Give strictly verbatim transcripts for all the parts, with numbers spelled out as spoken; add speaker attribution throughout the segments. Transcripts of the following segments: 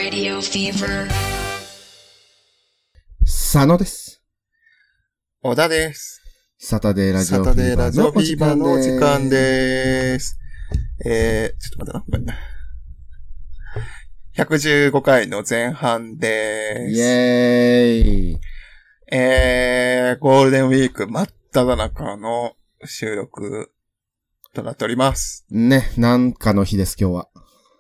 Speaker 1: Radio Fever
Speaker 2: 佐野です。
Speaker 3: 小田です。
Speaker 2: サタデーラジオフィーバー。
Speaker 3: サタデーラジオフィーバーの時間でーす。えー、ちょっと待ってな。ひゃくじゅうごかいの前半でーす。
Speaker 2: イェーイ。
Speaker 3: えー、ゴールデンウィーク真っ只中の収録となっております。
Speaker 2: ね、なんかの日です、今日は。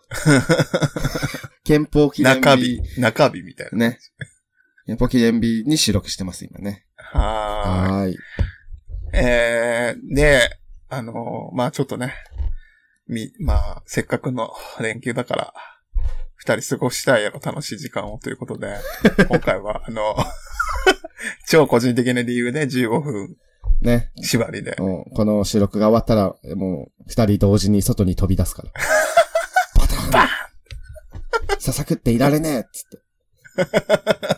Speaker 2: 憲法記念日。
Speaker 3: 中日、中日みたいな。
Speaker 2: ね。憲法記念日に収録してます、今ね。
Speaker 3: はーい。
Speaker 2: はーい。
Speaker 3: えー、で、あのー、まあちょっとね、み、まあせっかくの連休だから、二人過ごしたいやろ、楽しい時間をということで、今回は、あの、超個人的な理由でじゅうごふん。
Speaker 2: ね。
Speaker 3: 縛りで。
Speaker 2: この収録が終わったら、もう、二人同時に外に飛び出すから。バタンバンささくっていられねえっつって。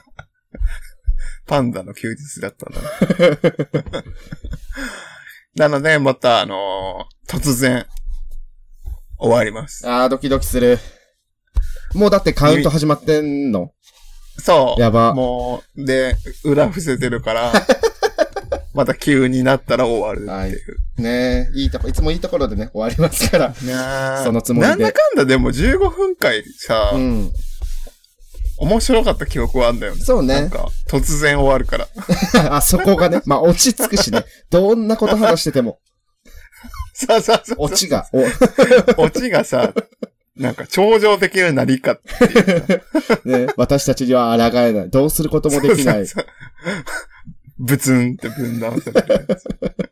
Speaker 3: パンダの休日だったんだ、ね。なので、また、あのー、突然、終わります。
Speaker 2: あー、ドキドキする。もうだってカウント始まってんの？
Speaker 3: そう。
Speaker 2: やば。
Speaker 3: もう、で、裏伏せてるから、また急になったら終わるっていう。はい、
Speaker 2: ねえ、いいとこ、いつもいいところでね、終わりますから。
Speaker 3: ね
Speaker 2: そのつもりで。
Speaker 3: なんだかんだでもじゅうごふんかいさ、うん、面白かった記憶はあんだよね。
Speaker 2: そうね。
Speaker 3: なんか、突然終わるから。
Speaker 2: あ、そこがね、まあ、落ち着くしね。どんなこと話してても。
Speaker 3: そうそうそう。
Speaker 2: 落ちが。
Speaker 3: 落ちがさ、なんか、超常的ななりかっていう。
Speaker 2: ね、私たちには抗えない。どうすることもできない。そうそうそう
Speaker 3: ブツンって分断されてるやつ。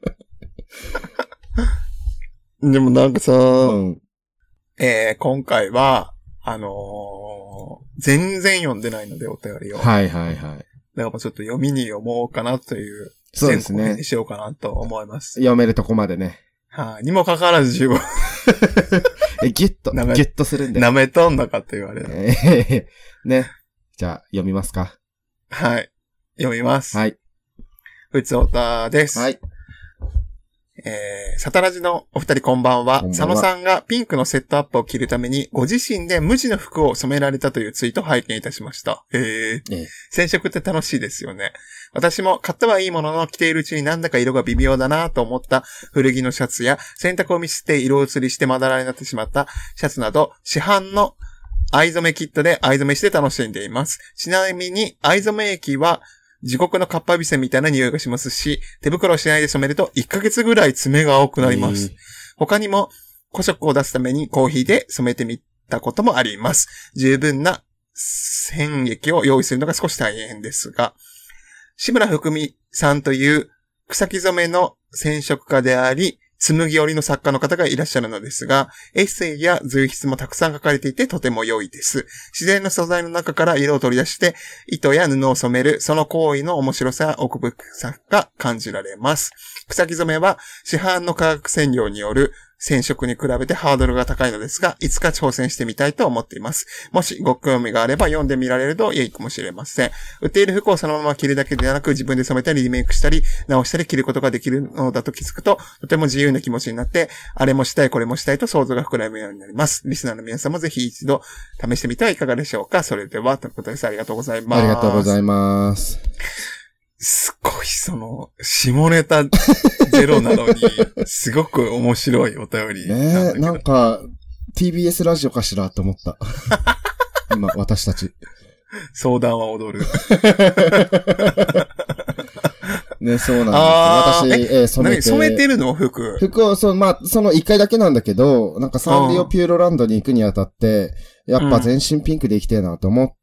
Speaker 3: でもなんかさ、うん、えー、今回は、あのー、全然読んでないのでお便りを。
Speaker 2: はいはいはい。
Speaker 3: だからちょっと読みに読もうかなという。
Speaker 2: そうですね。
Speaker 3: にしようかなと思います。
Speaker 2: 読めるとこまでね。
Speaker 3: はい、にもかかわらずじゅうごふん。
Speaker 2: え、ギュッと、ギュッとするんで。
Speaker 3: 舐めとんだかって言われる。
Speaker 2: えー、ね。じゃあ、読みますか。
Speaker 3: はい。読みます。
Speaker 2: はい。
Speaker 3: ふつおたです。
Speaker 2: はい。
Speaker 3: えー、サタラジのお二人こんばんは。佐野さんがピンクのセットアップを着るためにご自身で無地の服を染められたというツイートを拝見いたしました。へー。ええ、染色って楽しいですよね。私も買ったはいいものの着ているうちになんだか色が微妙だなと思った古着のシャツや洗濯をミスって色移りしてまだらになってしまったシャツなど市販の藍染めキットで藍染めして楽しんでいます。ちなみに藍染め液は地獄のカッパビセみたいな匂いがしますし、手袋をしないで染めるといっかげつぐらい爪が青くなります。他にも、古色を出すためにコーヒーで染めてみたこともあります。十分な染液を用意するのが少し大変ですが、志村福美さんという草木染めの染色家であり、紬織りの作家の方がいらっしゃるのですが、エッセイや随筆もたくさん書かれていてとても良いです。自然の素材の中から色を取り出して糸や布を染めるその行為の面白さや奥深さが感じられます。草木染めは市販の化学染料による染色に比べてハードルが高いのですが、いつか挑戦してみたいと思っています。もしご興味があれば読んでみられると良いかもしれません。売っている服をそのまま着るだけではなく、自分で染めたりリメイクしたり直したり着ることができるのだと気づくと、とても自由な気持ちになって、あれもしたいこれもしたいと想像が膨らむようになります。リスナーの皆さんもぜひ一度試してみてはいかがでしょうか。それではということです。ありがとうございます。
Speaker 2: ありがとうございます。
Speaker 3: すごい、その、下ネタゼロなのに、すごく面白いお便りなんだけど。
Speaker 2: ねえ、なんか、ティービーエス ラジオかしらと思った。今、私たち。
Speaker 3: 相談は踊る。
Speaker 2: ね、そうなんですよ。私、えー、染めて。
Speaker 3: 染めてるの服。
Speaker 2: 服を、そう、まあ、その一回だけなんだけど、なんかサンリオピューロランドに行くにあたって、やっぱ全身ピンクで行きたいなと思って、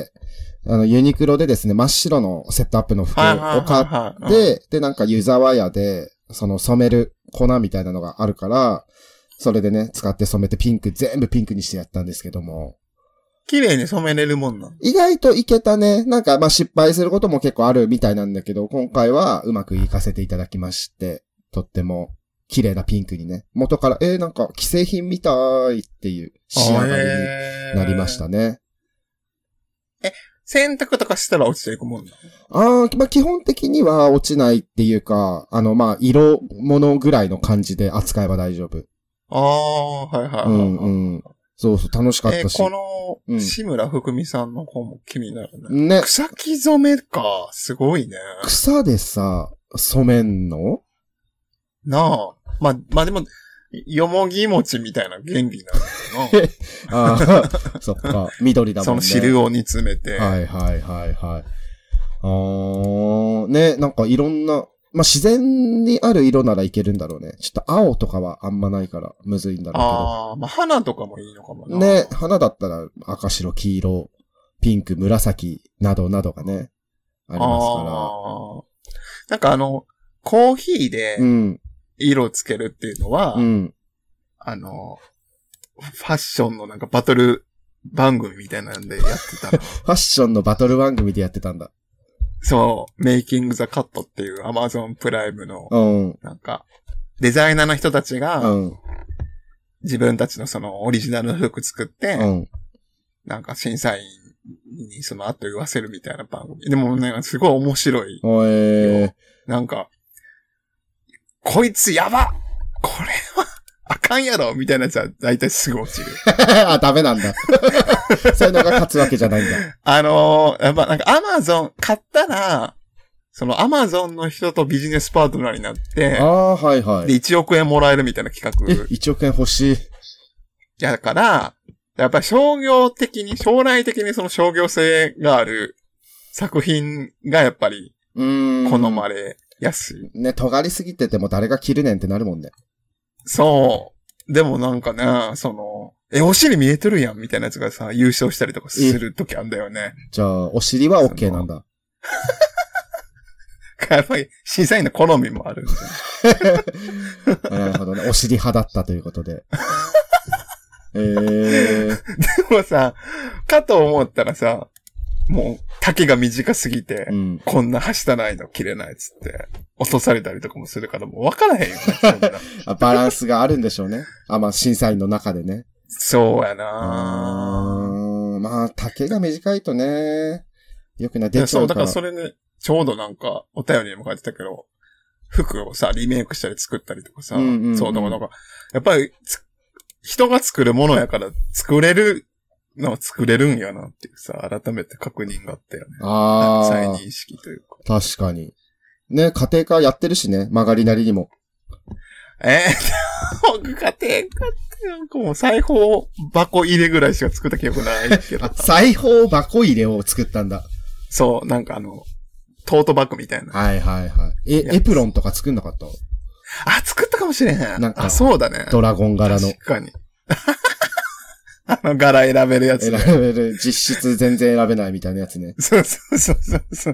Speaker 2: うん、あの、ユニクロでですね、真っ白のセットアップの服を買って、で、なんか湯沢屋で、その染める粉みたいなのがあるから、それでね、使って染めてピンク、全部ピンクにしてやったんですけども。
Speaker 3: 綺麗に染めれるもんなの？
Speaker 2: 意外といけたね。なんか、まあ、失敗することも結構あるみたいなんだけど、今回はうまくいかせていただきまして、とっても綺麗なピンクにね、元から、えー、なんか既製品みたいっていう仕上がりになりましたね。
Speaker 3: え、洗濯とかしたら落ちていくもんな
Speaker 2: の？ああ、まあ、基本的には落ちないっていうか、あの、まあ、色物ぐらいの感じで扱えば大丈夫。
Speaker 3: ああ、はいはいはい、はい。
Speaker 2: うんうん。 そうそう、楽しかったし。
Speaker 3: えー、この、志村ふくみさんの方も気になるね。
Speaker 2: ね。
Speaker 3: 草木染めか。すごいね。
Speaker 2: 草でさ、染めんの？
Speaker 3: なあ。まあ、まあでも、よもぎ餅みたいな原理なんだよ
Speaker 2: な。ああ、そっか。緑だもんね。
Speaker 3: その汁を煮詰めて。
Speaker 2: はいはいはいはい。あー、ね、なんかいろんな、まあ、自然にある色ならいけるんだろうね。ちょっと青とかはあんまないから、むずいんだろうけど。
Speaker 3: ああ、まあ、花とかもいいのかもな。
Speaker 2: ね、花だったら赤白黄色、ピンク、紫などなどがね、ありますから。
Speaker 3: あなんかあの、コーヒーで、色つけるっていうのは、うん、あの、ファッションのなんかバトル番組みたいなんでやってたの。
Speaker 2: ファッションのバトル番組でやってたんだ。
Speaker 3: そう、メイキングザカットっていうアマゾンプライムの、うん、なんか、デザイナーの人たちが、うん、自分たちのそのオリジナルの服作って、うん、なんか審査員にその後言わせるみたいな番組。でもね、すごい面白い。えー、なんか、こいつやばこれはあかんやろみたいなやつは大体すぐ落ちる。
Speaker 2: あ、ダメなんだ。そういうのが勝つわけじゃないんだ。
Speaker 3: あのー、やっぱなんかアマゾン買ったら、そのアマゾンの人とビジネスパートナーになって、
Speaker 2: ああ、はいはい。
Speaker 3: で、いちおくえんもらえるみたいな企画。
Speaker 2: え、いちおくえん欲しい。
Speaker 3: やだから、やっぱり商業的に、将来的にその商業性がある作品がやっぱり、好まれやすい。
Speaker 2: ね、尖りすぎてても誰が着るねんってなるもんね。
Speaker 3: そう。でもなんかね、その、え、お尻見えてるやんみたいなやつがさ、優勝したりとかするときあんだよね。
Speaker 2: じゃあ、お尻は OK なんだ。
Speaker 3: やっぱり、審査員の好みもあるん
Speaker 2: で。なるほどね。お尻派だったということで。えー、
Speaker 3: でもさ、かと思ったらさ、もう、丈が短すぎて、うん、こんなはしたないの着れないっつって、落とされたりとかもするからもう分からへんよね。そんな
Speaker 2: バランスがあるんでしょうね。あ、まあ、審査員の中でね。
Speaker 3: そうやな
Speaker 2: ぁ。まあ、丈が短いとね、よくな、出ちゃうから。
Speaker 3: そう、だからそれね、ちょうどなんか、お便りにも書いてたけど、服をさ、リメイクしたり作ったりとかさ、うんうんうん、そう、だからなんか、やっぱり、人が作るものやから、作れるのは作れるんやなっていうさ、改めて確認があったよね。ああ。再認識というか。
Speaker 2: 確かに。ね、家庭科やってるしね、曲がりなりにも。
Speaker 3: えー、僕家庭科ってなんかもう裁縫箱入れぐらいしか作った記憶ないけど。
Speaker 2: 裁縫箱入れを作ったんだ。
Speaker 3: そう、なんかあの、トートバッグみたいな。
Speaker 2: はいはいはい。え、エプロンとか作んなかった？
Speaker 3: あ、作ったかもしれへん。なんか、あ、そうだね。
Speaker 2: ドラゴン柄の。
Speaker 3: 確かに。あの柄選べるやつ、
Speaker 2: ね。選べる。実質全然選べないみたいなやつね。
Speaker 3: そうそうそうそうそう。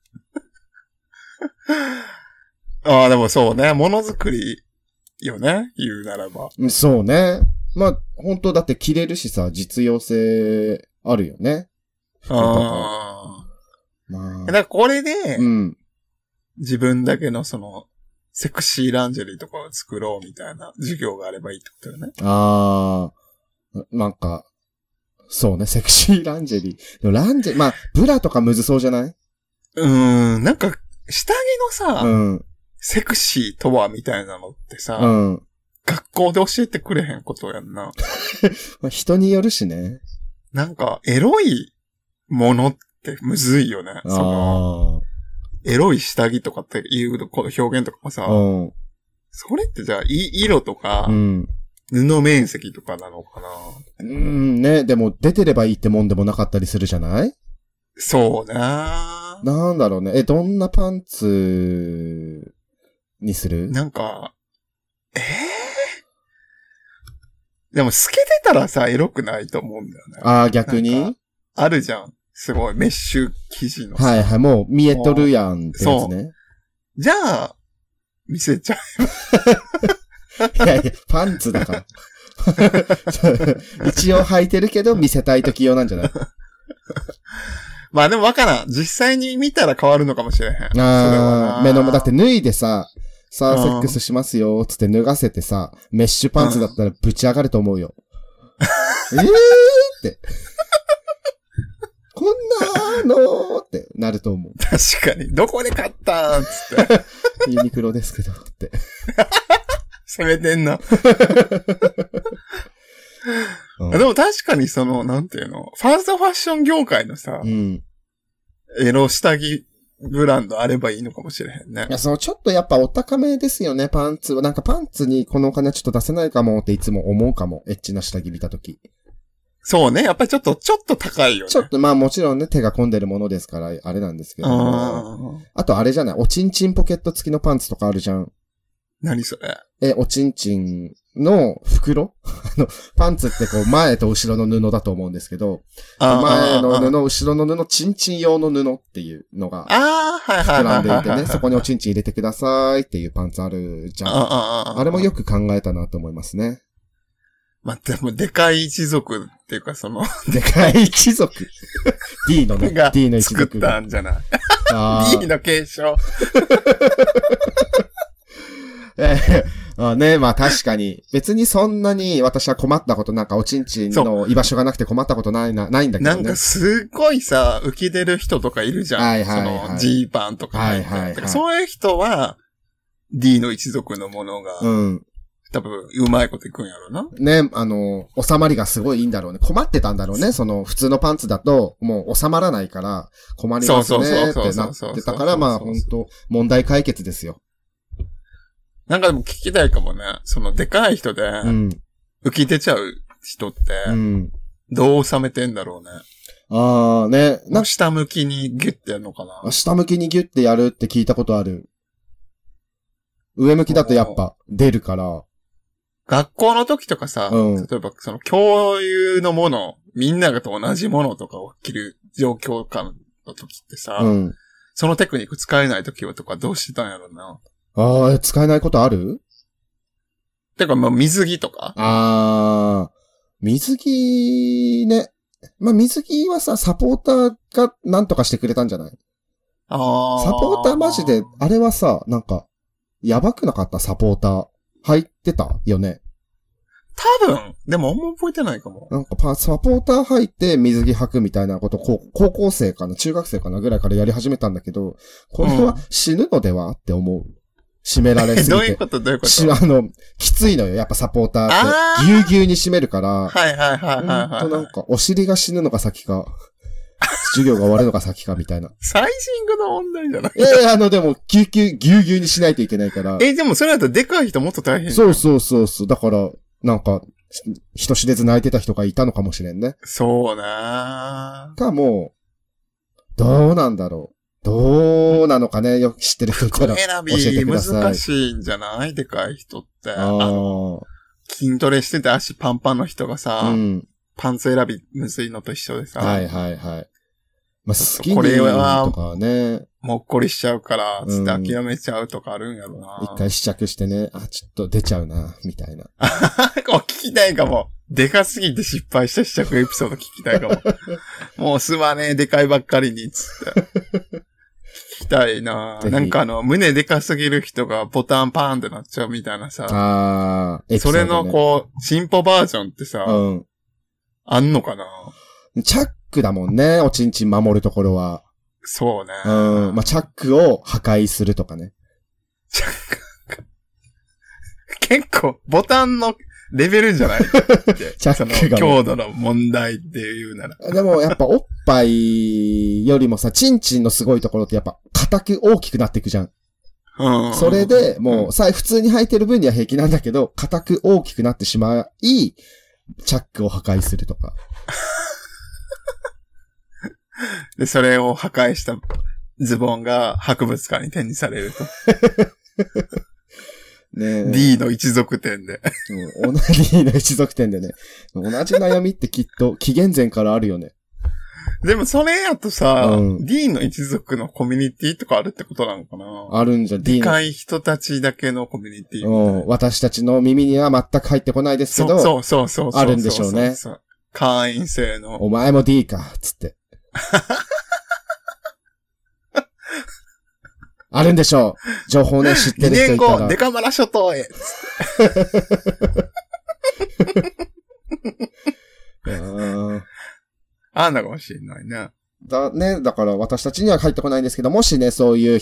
Speaker 3: ああ、でもそうね。ものづくりよね。言うならば。
Speaker 2: そうね。まあ、本当だって着れるしさ、実用性あるよね。
Speaker 3: ああ。まあ。だからこれで、うん、自分だけのその、セクシーランジェリーとかを作ろうみたいな授業があればいいってことよね。
Speaker 2: ああ。なんか、そうね、セクシーランジェリー。でもランジェリー、まあ、ブラとかむずそうじゃない？
Speaker 3: うーん、なんか、下着のさ、うん、セクシーとはみたいなのってさ、うん、学校で教えてくれへんことやんな。
Speaker 2: まあ人によるしね。
Speaker 3: なんか、エロいものってむずいよね。そのエロい下着とかっていう表現とかもさ、うん、それってじゃあ、色とか、うん、布面積とかなのかな。
Speaker 2: うーん、ね、でも出てればいいってもんでもなかったりするじゃない？
Speaker 3: そうな
Speaker 2: ぁ。なんだろうね。え、どんなパンツにする？
Speaker 3: なんか、えぇ、ー、でも透けてたらさ、エロくないと思うんだよね。
Speaker 2: ああ、逆に？
Speaker 3: あるじゃん。すごい、メッシュ生地の。
Speaker 2: はいはい、もう見えとるやんってやつね。
Speaker 3: じゃあ、見せちゃ
Speaker 2: う。いやいや、パンツだから。一応履いてるけど見せたい時用なんじゃない？
Speaker 3: まあでもわからん。実際に見たら変わるのかもしれへん。
Speaker 2: ああ、目の、だって脱いでさ、さあセックスしますよ、つって脱がせてさ、メッシュパンツだったらぶち上がると思うよ。えーって。こんなのってなると思う。
Speaker 3: 確かに。どこで買ったんつって。
Speaker 2: ユニクロですけどって。
Speaker 3: 攻めてんな。
Speaker 2: ー
Speaker 3: でも確かにその、なんていうの、ファーストファッション業界のさ、
Speaker 2: うん。
Speaker 3: エロ下着ブランドあればいいのかもしれへんね。
Speaker 2: いや、そのちょっとやっぱお高めですよね、パンツは。なんかパンツにこのお金はちょっと出せないかもっていつも思うかも。エッチな下着見たとき。
Speaker 3: そうね。やっぱりちょっと、ちょっと高いよね。
Speaker 2: ちょっとまあもちろんね、手が込んでるものですから、あれなんですけども。
Speaker 3: あ
Speaker 2: あとあれじゃない、おちんちんポケット付きのパンツとかあるじゃん。
Speaker 3: 何それ？
Speaker 2: え、おちんちんの袋あの、パンツってこう前と後ろの布だと思うんですけど、前の布、後ろの布、ちんちん用の布っていうのが、
Speaker 3: ああ、はいはいはい。
Speaker 2: 膨らんでいてね、そこにおちんちん入れてくださいっていうパンツあるじゃん。ああれもよく考えたなと思いますね。
Speaker 3: まあ、でも、でかい一族っていうか、その、
Speaker 2: でかい一族D のね、D の一族
Speaker 3: 作ったんじゃない ?D の継承。
Speaker 2: えーあね、まあ確かに。別にそんなに私は困ったことなんかおちんちんの居場所がなくて困ったことないな、ないんだけどね。
Speaker 3: なんかすっごいさ、浮き出る人とかいるじゃん。
Speaker 2: はいはいはい、
Speaker 3: その G パンとか、
Speaker 2: はいはいはい。
Speaker 3: そういう人は D の一族のものが、うん。多分うまいこといくんやろな。
Speaker 2: ね、あの、収まりがすごいいいんだろうね。困ってたんだろうね。その普通のパンツだともう収まらないから困りますねってなってたから、まあ本当問題解決ですよ。
Speaker 3: なんかでも聞きたいかもね。そのでかい人で、浮き出ちゃう人って、どう収めてんだろうね。
Speaker 2: ああね。
Speaker 3: な下向きにギュッてやるのかな。
Speaker 2: 下向きにギュッてやるって聞いたことある。上向きだとやっぱ出るから。
Speaker 3: 学校の時とかさ、うん、例えばその共有のもの、みんながと同じものとかを着る状況下の時ってさ、うん、そのテクニック使えない時はとかどうしてたんやろうな。
Speaker 2: ああ、使えないことある？
Speaker 3: てか、まあ、水着とか？
Speaker 2: ああ、水着ね。まあ、水着はさ、サポーターがなんとかしてくれたんじゃない？
Speaker 3: ああ。
Speaker 2: サポーターマジで、あれはさ、なんか、やばくなかった？サポーター。入ってたよね。
Speaker 3: 多分、でもあんま覚えてないかも。
Speaker 2: なんかパ、サポーター入って水着履くみたいなことを高校生かな、中学生かなぐらいからやり始めたんだけど、これは死ぬのではって思う。締められすぎて。
Speaker 3: どういうことどういうこと
Speaker 2: し、あの、きついのよ。やっぱサポーターって。ぎゅうぎゅうに締めるから。
Speaker 3: はいはいはいはい、はい。ほん
Speaker 2: となんか、お尻が死ぬのが先か、授業が終わるのが先かみたいな。
Speaker 3: サイジングの問題じゃない？
Speaker 2: いやいや、あの、でも、ぎゅうぎゅう、ぎゅうぎゅうにしないといけないから。
Speaker 3: え、でもそれだとでかい人もっと大変。
Speaker 2: そうそうそうそう。だから、なんか、人知れず泣いてた人がいたのかもしれんね。
Speaker 3: そうなぁ。
Speaker 2: か、もう、どうなんだろう。どうなのかね、よく知ってる人いたら教えてください。
Speaker 3: 難しいんじゃないでかい人って。あの筋トレしてて足パンパンの人がさ、うん、パンツ選びむずいのと一緒でさ。
Speaker 2: はいはいはい。まあ、スキニーとかはね。
Speaker 3: もっこりしちゃうから、つって諦めちゃうとかあるんやろな。
Speaker 2: 一回試着してね、あ、ちょっと出ちゃうな、みたいな。
Speaker 3: お聞きたいかも。でかすぎて失敗した試着エピソード聞きたいかも。もうすまねえ、でかいばっかりに、つって。聞きたいな。なんかあの、胸でかすぎる人がボタンパーンってなっちゃうみたいなさ。
Speaker 2: ああ、
Speaker 3: ね、それのこう、進歩バージョンってさ、うん、あんのかな？
Speaker 2: チャックだもんね、おちんちん守るところは。
Speaker 3: そうね。
Speaker 2: うん。まあ、チャックを破壊するとかね。
Speaker 3: チャック結構、ボタンのレベルじゃないチャックが。強度の問題っていうなら。
Speaker 2: でも、やっぱおっぱいよりもさ、チンチンのすごいところってやっぱ、硬く大きくなっていくじゃん。
Speaker 3: うん。
Speaker 2: それで、もう、さ、普通に履いてる分には平気なんだけど、硬く大きくなってしまい、チャックを破壊するとか。
Speaker 3: で、それを破壊したズボンが博物館に展示されると。
Speaker 2: ねえ。
Speaker 3: D の一族展で。
Speaker 2: 同じ D の一族展でね。同じ悩みってきっと紀元前からあるよね。
Speaker 3: でもそれやとさ、うん、D の一族のコミュニティとかあるってことなのかな？
Speaker 2: あるんじゃ、
Speaker 3: D の。でかい人たちだけのコミュニティ、
Speaker 2: うん。私たちの耳には全く入ってこないですけど。
Speaker 3: そうそうそうそう。
Speaker 2: あるんでしょうね。そうそう
Speaker 3: 会員制の。
Speaker 2: お前も D か、つって。あるんでしょう。情報ね、知ってる人いたら。
Speaker 3: にねんご、デカマラ諸島へ。あんなかもしれないね。
Speaker 2: だね、だから私たちには入ってこないんですけど、もしね、そういう